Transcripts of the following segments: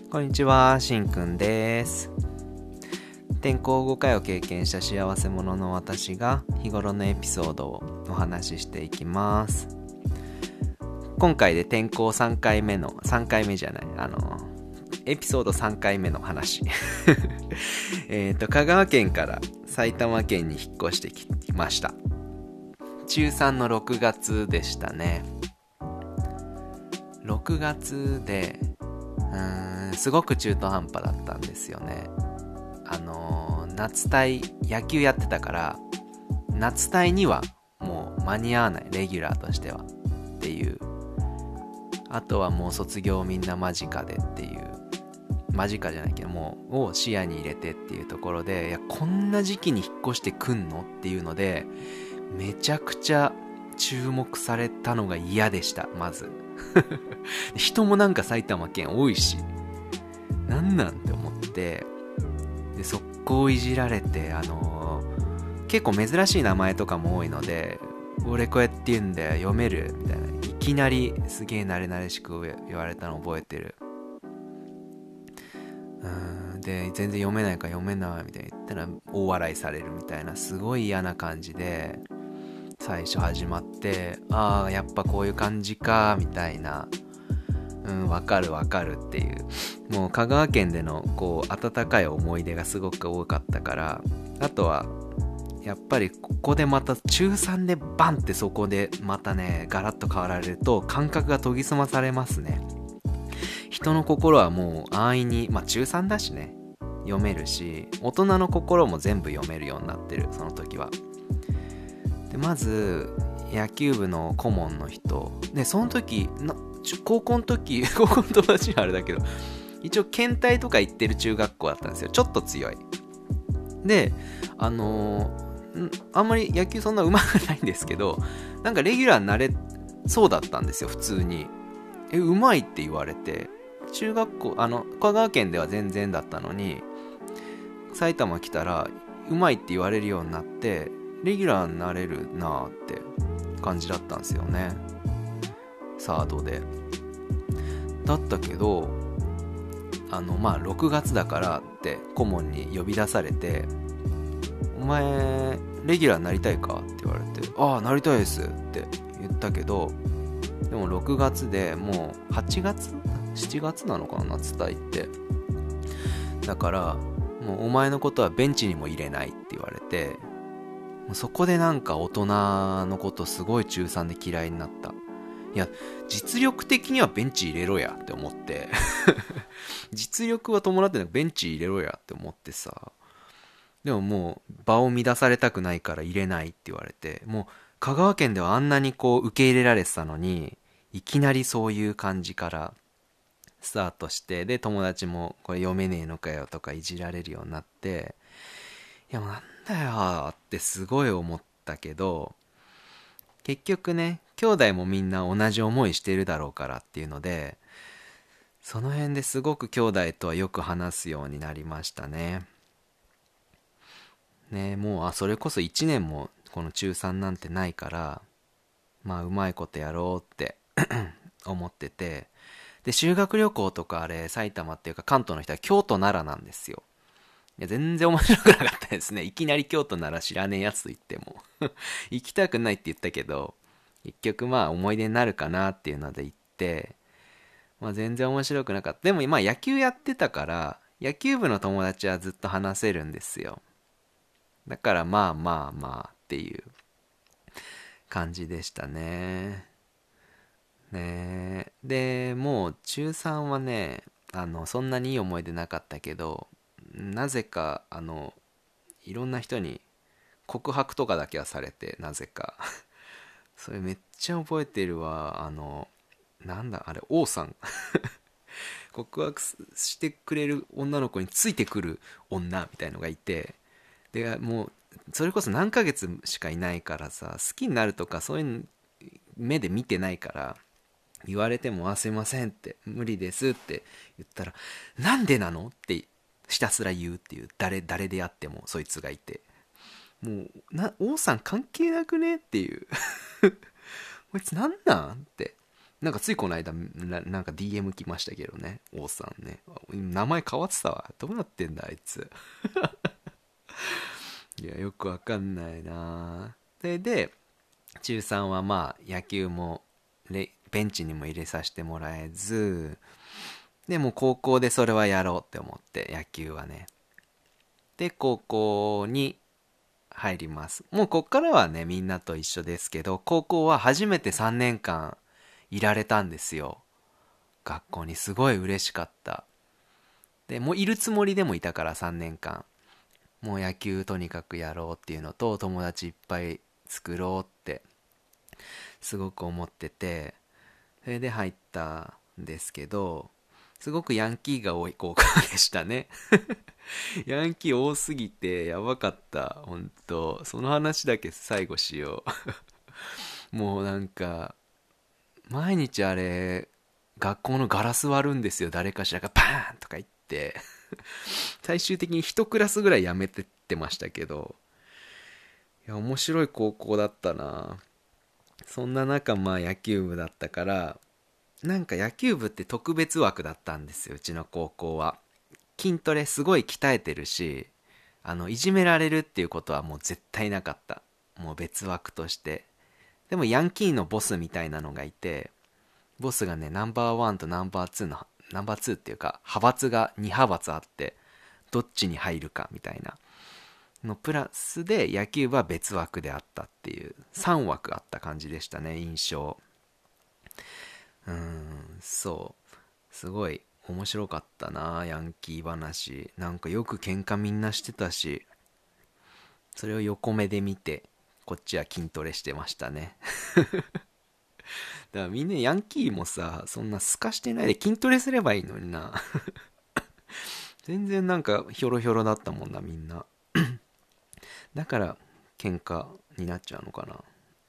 こんにちは、しんくんです。転校5回を経験した幸せ者の私が日頃のエピソードをお話ししていきます。今回で転校3回目の、3回目じゃない、エピソード3回目の話。香川県から埼玉県に引っ越してきました。中3の6月でしたね。6月ですごく中途半端だったんですよね。夏隊野球やってたから夏隊にはもう間に合わない、レギュラーとしてはっていう。あとはもう卒業みんな間近でっていう、間近じゃないけどもうを視野に入れてっていうところで、いやこんな時期に引っ越してくんのっていうのでめちゃくちゃ注目されたのが嫌でした。まず人もなんか埼玉県多いし、なんなんて思って、で速攻いじられて、結構珍しい名前とかも多いので、俺こうやって言うんだよ読めるみたいな、いきなりすげえ慣れ慣れしく言われたの覚えてる。で全然読めないから読めないみたいな言ったら大笑いされるみたいな、すごい嫌な感じで最初始まって、ああやっぱこういう感じかみたいな、わかるわかるっていう、もう香川県でのこう温かい思い出がすごく多かったから。あとはやっぱりここでまた中3でバンってそこでまたねガラッと変わられると感覚が研ぎ澄まされますね。人の心はもう安易に、中3だしね読めるし、大人の心も全部読めるようになってる、その時は。でまず野球部の顧問の人で、その時高校の時高校の友達はあれだけど、一応県大とか行ってる中学校だったんですよ。ちょっと強いで、あんまり野球そんな上手くないんですけど、なんかレギュラーになれそうだったんですよ、普通に。上手いって言われて、中学校香川県では全然だったのに埼玉来たら上手いって言われるようになって、レギュラーになれるなーって感じだったんですよね、サードで。だったけど6月だからって顧問に呼び出されて、お前レギュラーになりたいかって言われて、ああなりたいですって言ったけど、でも6月でもう8月7月なのかな、夏隊って。だからもうお前のことはベンチにも入れないって言われて、もうそこでなんか大人のことすごい中3で嫌いになった。いや実力的にはベンチ入れろやって思って実力は伴ってないベンチ入れろやって思ってさ。でももう場を乱されたくないから入れないって言われて、もう香川県ではあんなにこう受け入れられてたのに、いきなりそういう感じからスタートして、で友達もこれ読めねえのかよとかいじられるようになって、いやもうなんだよってすごい思ったけど、結局ね兄弟もみんな同じ思いしてるだろうからっていうので、その辺ですごく兄弟とはよく話すようになりましたね。もうそれこそ1年もこの中3なんてないから、うまいことやろうって思ってて。で修学旅行とかあれ埼玉っていうか関東の人は京都奈良なんですよ。いや全然面白くなかったですね。いきなり京都奈良知らねえやつと言っても行きたくないって言ったけど、結局思い出になるかなっていうので行って、全然面白くなかった。でも野球やってたから野球部の友達はずっと話せるんですよ。だからっていう感じでしたね。でもう中3はね、そんなにいい思い出なかったけど、なぜかいろんな人に告白とかだけはされて、なぜかそれめっちゃ覚えてるわ。なんだあれ、王さん告白してくれる女の子についてくる女みたいのがいて、でもうそれこそ何ヶ月しかいないからさ、好きになるとかそういう目で見てないから、言われてもすいませんって無理ですって言ったら、なんでなのってひたすら言うっていう、誰であってもそいつがいて、もう王さん関係なくねっていうこいつなんなんってなんかついこの間なんか DM 来ましたけどね、王さんね。名前変わってたわ。どうなってんだあいつ。いや、よくわかんないな。で、中3はまあ野球もベンチにも入れさせてもらえず、でも高校でそれはやろうって思って、野球はね。で、高校に入ります。もうこっからはね、みんなと一緒ですけど、高校は初めて3年間いられたんですよ。学校に。すごい嬉しかった。で、もういるつもりでもいたから3年間。もう野球とにかくやろうっていうのと、友達いっぱい作ろうってすごく思ってて、それで入ったんですけど、すごくヤンキーが多い高校でしたね。ヤンキー多すぎてやばかった。本当その話だけ最後しよう。もうなんか、毎日あれ、学校のガラス割るんですよ。誰かしらがパーンとか言って。最終的に一クラスぐらいやめてってましたけど、いや、面白い高校だったな。そんな中、まあ野球部だったから、なんか野球部って特別枠だったんですよ、うちの高校は。筋トレすごい鍛えてるし、いじめられるっていうことはもう絶対なかった。もう別枠として。でもヤンキーのボスみたいなのがいて、ボスがね、ナンバーワンとナンバーツーの、ナンバーツーっていうか、派閥が2派閥あって、どっちに入るかみたいなのプラスで野球部は別枠であったっていう3枠あった感じでしたね、印象。そうすごい面白かったな、ヤンキー話。なんかよく喧嘩みんなしてたし、それを横目で見てこっちは筋トレしてましたね。だからみんなヤンキーもさ、そんなすかしてないで筋トレすればいいのにな。全然なんかヒョロヒョロだったもんな、みんな。だから喧嘩になっちゃうのかな。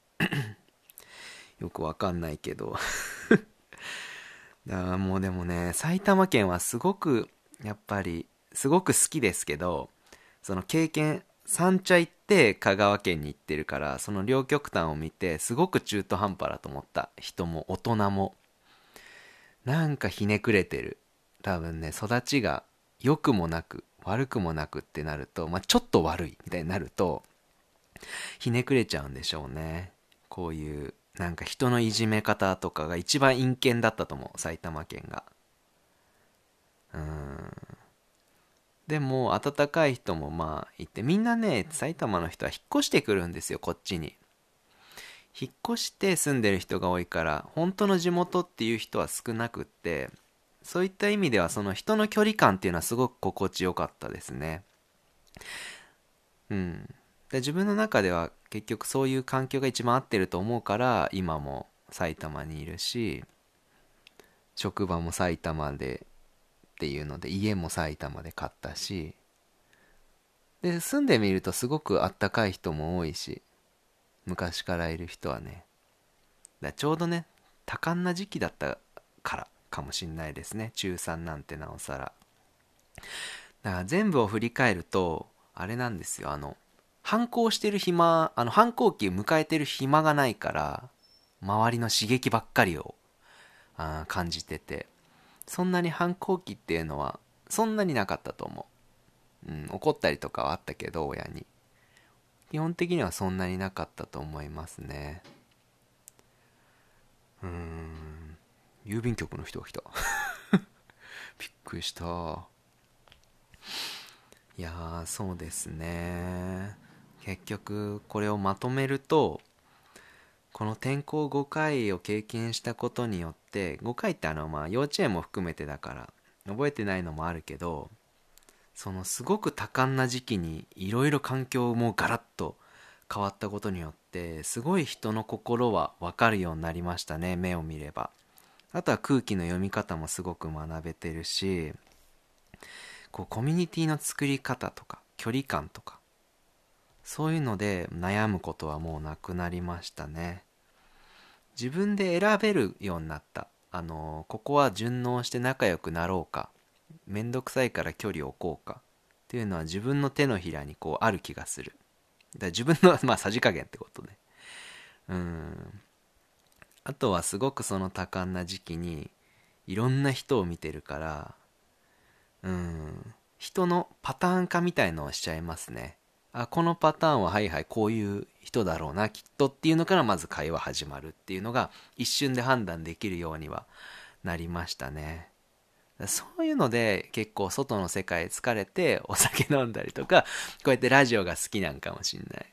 よくわかんないけど。だからもうでもね、埼玉県はすごく、やっぱり、すごく好きですけど、その経験、三茶行って香川県に行ってるから、その両極端を見て、すごく中途半端だと思った。人も大人も。なんかひねくれてる。多分ね、育ちが良くもなく、悪くもなくってなると、まあ、ちょっと悪いみたいになると、ひねくれちゃうんでしょうね。こういう、なんか人のいじめ方とかが一番陰険だったと思う、埼玉県が。うーん。でも、温かい人もまあいて、みんなね、埼玉の人は引っ越してくるんですよ、こっちに。引っ越して住んでる人が多いから、本当の地元っていう人は少なくって、そういった意味ではその人の距離感っていうのはすごく心地よかったですね。うん。で、自分の中では結局そういう環境が一番合ってると思うから、今も埼玉にいるし、職場も埼玉でっていうので、家も埼玉で買ったし、で、住んでみるとすごくあったかい人も多いし、昔からいる人はね。ちょうどね、多感な時期だったからかもしんないですね。中3なんてなおさら。だから全部を振り返ると、あれなんですよ。反抗してる暇、反抗期を迎えてる暇がないから、周りの刺激ばっかりを感じてて、そんなに反抗期っていうのは、そんなになかったと思う。うん、怒ったりとかはあったけど、親に。基本的にはそんなになかったと思いますね。うーん、郵便局の人が来た。びっくりした。いやー、そうですね。結局、これをまとめると、この転校5回を経験したことによって、5回ってまあ幼稚園も含めてだから、覚えてないのもあるけど、そのすごく多感な時期にいろいろ環境もガラッと変わったことによって、すごい人の心は分かるようになりましたね、目を見れば。あとは空気の読み方もすごく学べてるし、こうコミュニティの作り方とか距離感とか、そういうので悩むことはもうなくなりましたね。自分で選べるようになった。ここは順応して仲良くなろうか、めんどくさいから距離を置こうかっていうのは自分の手のひらにこうある気がする。だから自分のまあさじ加減ってことね。うん。 あとはすごくその多感な時期にいろんな人を見てるから、人のパターン化みたいのをしちゃいますね。あ、このパターンははいはいこういう人だろうなきっとっていうのからまず会話始まるっていうのが一瞬で判断できるようにはなりましたね。そういうので結構外の世界疲れてお酒飲んだりとか、こうやってラジオが好きなんかもしんない。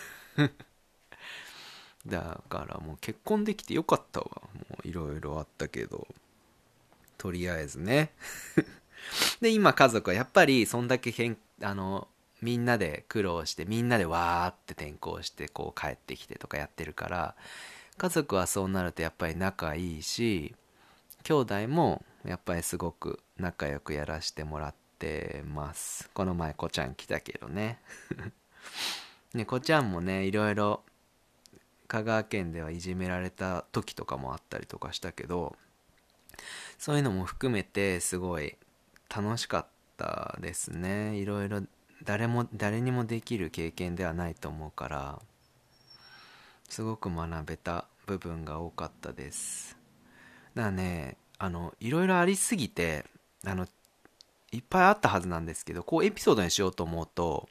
だからもう結婚できてよかったわ。もういろいろあったけど、とりあえずね。で、今家族はやっぱりそんだけみんなで苦労して、みんなでわーって転校してこう帰ってきてとかやってるから、家族はそうなるとやっぱり仲いいし、兄弟もやっぱりすごく仲良くやらせてもらってます。この前こちゃん来たけどね。ね、こちゃんもね、いろいろ香川県ではいじめられた時とかもあったりとかしたけど、そういうのも含めてすごい楽しかったですね。いろいろ誰にもできる経験ではないと思うから、すごく学べた部分が多かったです。だからね、いろいろありすぎて、いっぱいあったはずなんですけど、こうエピソードにしようと思うと、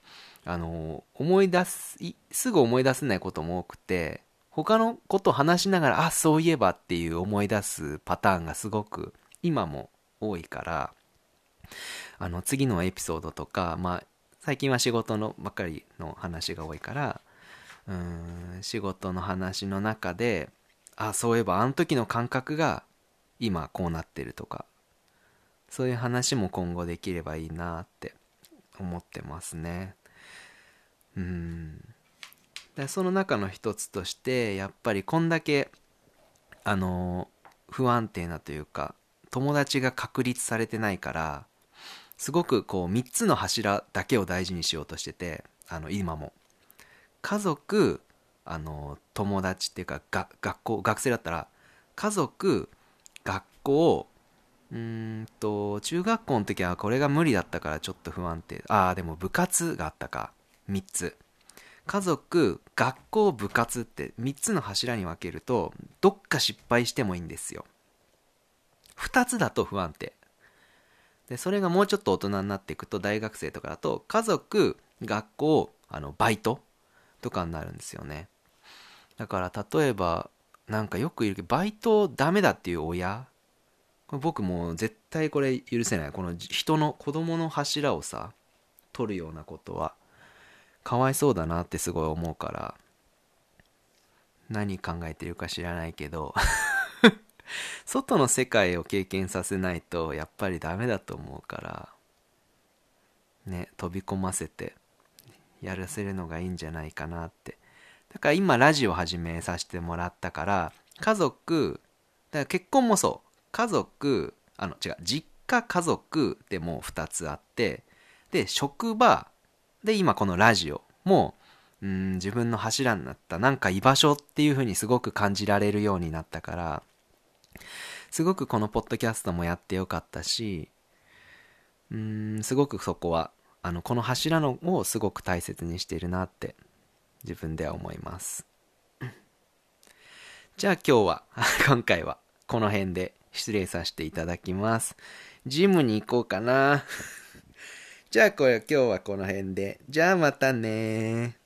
すぐ思い出せないことも多くて、他のことを話しながら、あ、そういえばっていう思い出すパターンがすごく今も多いから、次のエピソードとか、まあ、最近は仕事のばっかりの話が多いから、仕事の話の中で、あ、そういえばあの時の感覚が今こうなってるとか、そういう話も今後できればいいなって思ってますね。うん。でその中の一つとして、やっぱりこんだけ、あの不安定なというか、友達が確立されてないから、すごくこう3つの柱だけを大事にしようとしてて、今も。家族、友達っていうか、学校、学生だったら、家族、学校、中学校の時はこれが無理だったからちょっと不安定。ああ、でも部活があったか。3つ。家族、学校、部活って3つの柱に分けると、どっか失敗してもいいんですよ。2つだと不安定。で、それがもうちょっと大人になっていくと、大学生とかだと、家族、学校、バイトとかになるんですよね。だから例えば、なんかよくいるけど、バイトダメだっていう親、これ僕もう絶対これ許せない。この人の子供の柱をさ、取るようなことは、かわいそうだなってすごい思うから、何考えてるか知らないけど、外の世界を経験させないとやっぱりダメだと思うから、ね、飛び込ませてやらせるのがいいんじゃないかなって。だから今ラジオ始めさせてもらったから、家族、だから結婚もそう。家族、違う、実家家族でも2つあって、で、職場、で、今このラジオも、自分の柱になった、なんか居場所っていう風にすごく感じられるようになったから、すごくこのポッドキャストもやってよかったし、すごくそこは、この柱のをすごく大切にしているなって自分では思います。じゃあ今日は今回はこの辺で失礼させていただきます。ジムに行こうかな。じゃあ今日はこの辺で。じゃあまたね